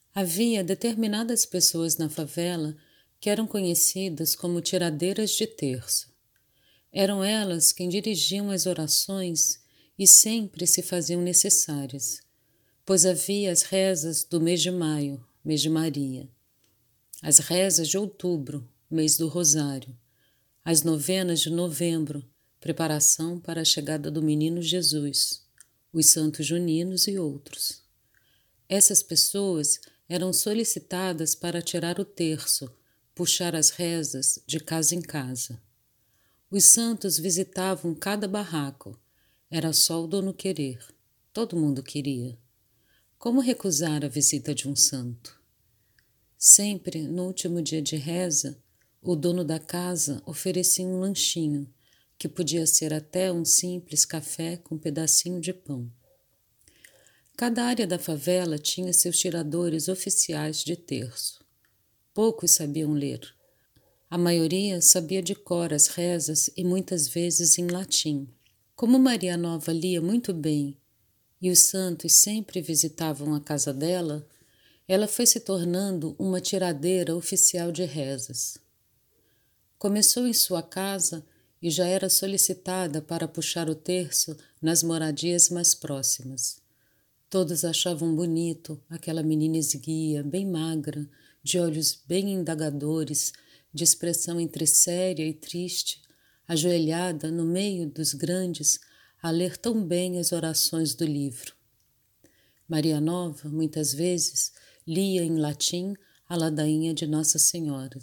Havia determinadas pessoas na favela que eram conhecidas como tiradeiras de terço. Eram elas quem dirigiam as orações e sempre se faziam necessárias, pois havia as rezas do mês de maio, mês de Maria, as rezas de outubro, mês do Rosário, as novenas de novembro, preparação para a chegada do menino Jesus, os santos juninos e outros. Essas pessoas eram solicitadas para tirar o terço, puxar as rezas de casa em casa. Os santos visitavam cada barraco. Era só o dono querer. Todo mundo queria. Como recusar a visita de um santo? Sempre, no último dia de reza, o dono da casa oferecia um lanchinho, que podia ser até um simples café com um pedacinho de pão. Cada área da favela tinha seus tiradores oficiais de terço. Poucos sabiam ler. A maioria sabia de cor as rezas e muitas vezes em latim. Como Maria Nova lia muito bem e os santos sempre visitavam a casa dela, ela foi se tornando uma tiradeira oficial de rezas. Começou em sua casa e já era solicitada para puxar o terço nas moradias mais próximas. Todos achavam bonito aquela menina esguia, bem magra, de olhos bem indagadores, de expressão entre séria e triste, ajoelhada no meio dos grandes, a ler tão bem as orações do livro. Maria Nova, muitas vezes, lia em latim a ladainha de Nossa Senhora.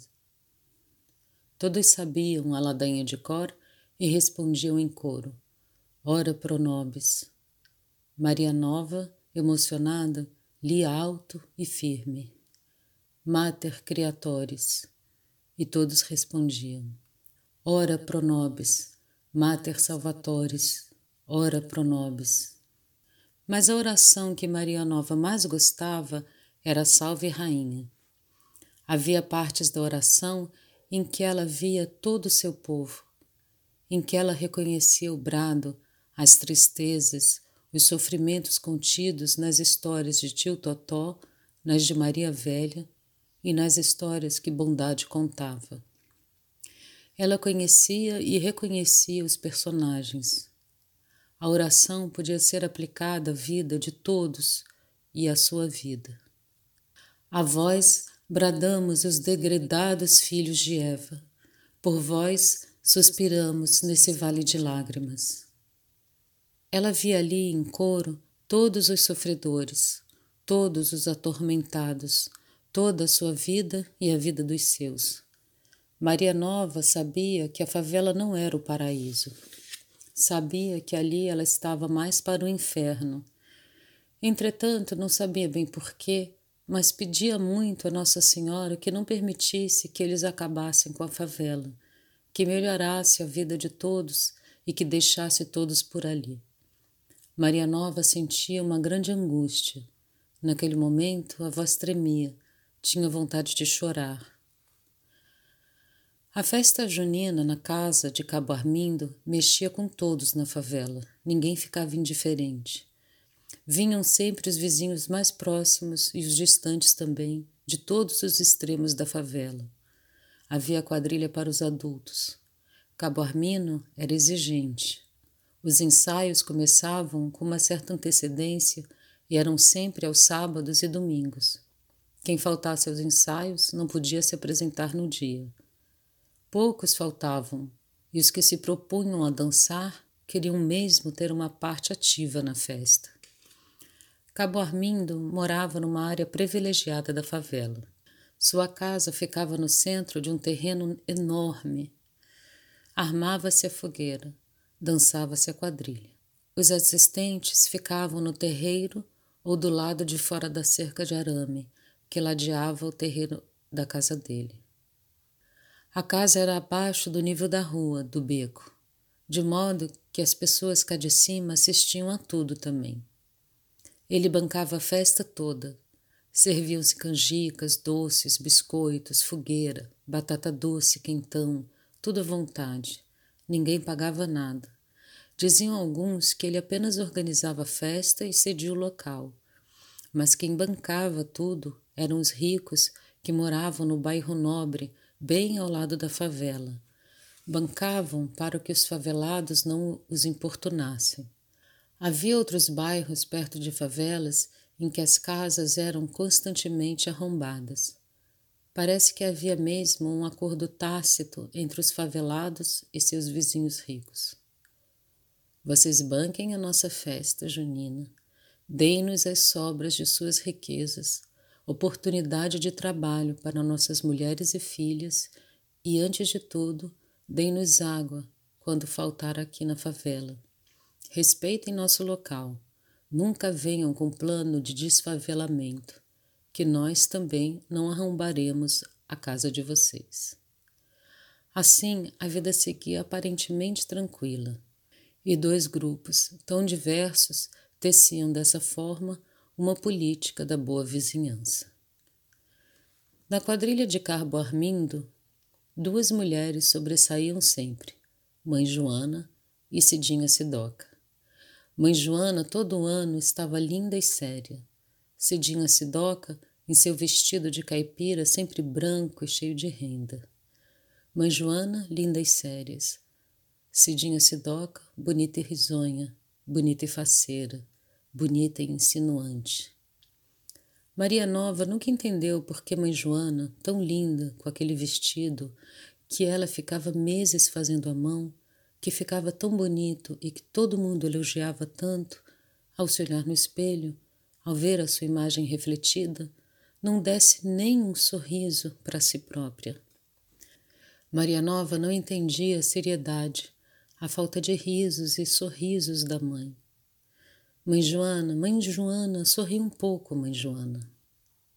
Todos sabiam a ladainha de cor e respondiam em coro: Ora pro nobis. Maria Nova, emocionada, lia alto e firme: Mater Creatoris. E todos respondiam: Ora pro nobis, Mater Salvatoris, ora pro nobis. Mas a oração que Maria Nova mais gostava era Salve Rainha. Havia partes da oração em que ela via todo o seu povo, em que ela reconhecia o brado, as tristezas, os sofrimentos contidos nas histórias de Tio Totó, nas de Maria Velha e nas histórias que Bondade contava. Ela conhecia e reconhecia os personagens. A oração podia ser aplicada à vida de todos e à sua vida. A vós bradamos os degredados filhos de Eva, por vós suspiramos nesse vale de lágrimas. Ela via ali em coro todos os sofredores, todos os atormentados, toda a sua vida e a vida dos seus. Maria Nova sabia que a favela não era o paraíso. Sabia que ali ela estava mais para o inferno. Entretanto, não sabia bem porquê, mas pedia muito a Nossa Senhora que não permitisse que eles acabassem com a favela, que melhorasse a vida de todos e que deixasse todos por ali. Maria Nova sentia uma grande angústia. Naquele momento, a voz tremia, tinha vontade de chorar. A festa junina na casa de Cabo Armindo mexia com todos na favela, ninguém ficava indiferente. Vinham sempre os vizinhos mais próximos e os distantes também, de todos os extremos da favela. Havia quadrilha para os adultos. Cabo Armindo era exigente. Os ensaios começavam com uma certa antecedência e eram sempre aos sábados e domingos. Quem faltasse aos ensaios não podia se apresentar no dia. Poucos faltavam, e os que se propunham a dançar queriam mesmo ter uma parte ativa na festa. Cabo Armindo morava numa área privilegiada da favela. Sua casa ficava no centro de um terreno enorme. Armava-se a fogueira, dançava-se a quadrilha. Os assistentes ficavam no terreiro ou do lado de fora da cerca de arame, que ladeava o terreiro da casa dele. A casa era abaixo do nível da rua, do beco, de modo que as pessoas cá de cima assistiam a tudo também. Ele bancava a festa toda. Serviam-se canjicas, doces, biscoitos, fogueira, batata doce, quentão, tudo à vontade. Ninguém pagava nada. Diziam alguns que ele apenas organizava a festa e cedia o local. Mas quem bancava tudo eram os ricos que moravam no bairro Nobre, bem ao lado da favela. Bancavam para que os favelados não os importunassem. Havia outros bairros perto de favelas em que as casas eram constantemente arrombadas. Parece que havia mesmo um acordo tácito entre os favelados e seus vizinhos ricos. Vocês banquem a nossa festa junina, deem-nos as sobras de suas riquezas, oportunidade de trabalho para nossas mulheres e filhas e, antes de tudo, deem-nos água quando faltar aqui na favela. Respeitem nosso local. Nunca venham com plano de desfavelamento, que nós também não arrombaremos a casa de vocês. Assim, a vida seguia aparentemente tranquila, e dois grupos tão diversos teciam dessa forma uma política da boa vizinhança. Na quadrilha de Carbo Armindo, duas mulheres sobressaíam sempre, Mãe Joana e Cidinha Sidoca. Mãe Joana todo ano estava linda e séria. Cidinha Sidoca em seu vestido de caipira sempre branco e cheio de renda. Mãe Joana, linda e sérias. Cidinha Sidoca, bonita e risonha, bonita e faceira, bonita e insinuante. Maria Nova nunca entendeu por que Mãe Joana, tão linda, com aquele vestido, que ela ficava meses fazendo à mão, que ficava tão bonito e que todo mundo elogiava tanto, ao se olhar no espelho, ao ver a sua imagem refletida, não desse nem um sorriso para si própria. Maria Nova não entendia a seriedade, a falta de risos e sorrisos da mãe. Mãe Joana, sorri um pouco, Mãe Joana.